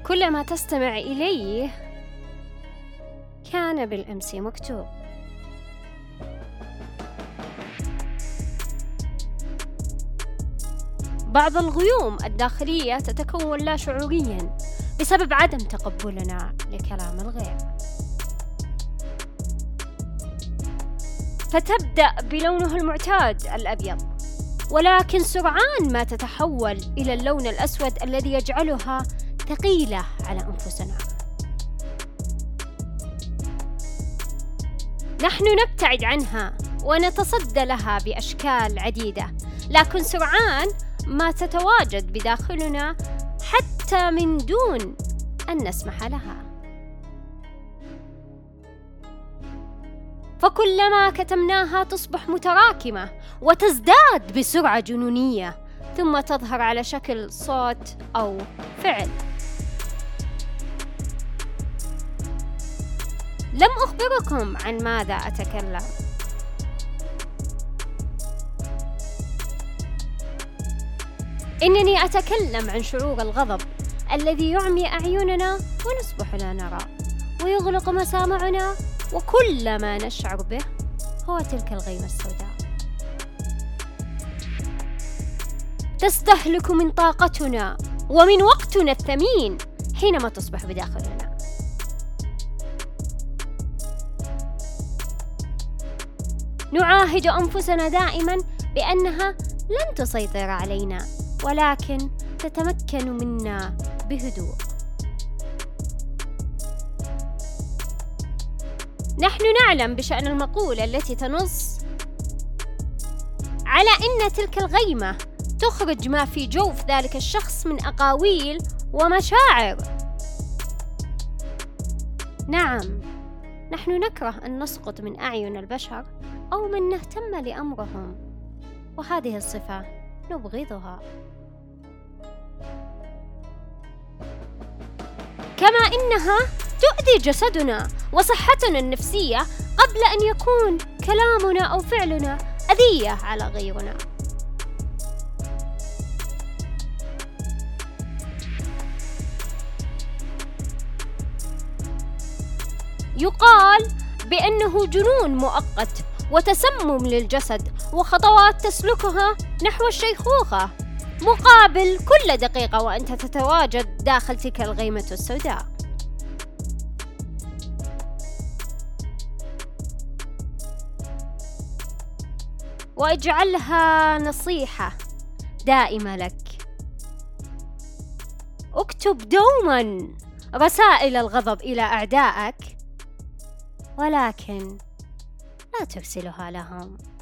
كل ما تستمع إليه كان بالأمس مكتوب. بعض الغيوم الداخلية تتكون لا شعوريا بسبب عدم تقبلنا لكلام الغير، فتبدأ بلونه المعتاد الأبيض، ولكن سرعان ما تتحول إلى اللون الأسود الذي يجعلها ثقيلة على أنفسنا. نحن نبتعد عنها ونتصدى لها بأشكال عديدة، لكن سرعان ما تتواجد بداخلنا حتى من دون أن نسمح لها. فكلما كتمناها تصبح متراكمة وتزداد بسرعة جنونية، ثم تظهر على شكل صوت أو فعل. لم أخبركم عن ماذا أتكلم. إنني أتكلم عن شعور الغضب الذي يعمي أعيننا ونصبح لا نرى، ويغلق مسامعنا، وكل ما نشعر به هو تلك الغيمة السوداء. تستهلك من طاقتنا ومن وقتنا الثمين حينما تصبح بداخلنا. نعاهد أنفسنا دائما بأنها لن تسيطر علينا، ولكن تتمكن منا بهدوء. نحن نعلم بشأن المقولة التي تنص على أن تلك الغيمة تخرج ما في جوف ذلك الشخص من أقاويل ومشاعر. نعم، نحن نكره أن نسقط من أعين البشر أو من نهتم لأمرهم، وهذه الصفة نبغضها. كما إنها تؤذي جسدنا وصحتنا النفسية قبل أن يكون كلامنا أو فعلنا أذية على غيرنا. يقال بأنه جنون مؤقت وتسمم للجسد، وخطوات تسلكها نحو الشيخوخة، مقابل كل دقيقة وأنت تتواجد داخل تلك الغيمة السوداء. واجعلها نصيحة دائمة لك: اكتب دوما رسائل الغضب إلى أعدائك، ولكن لا ترسلها لهم.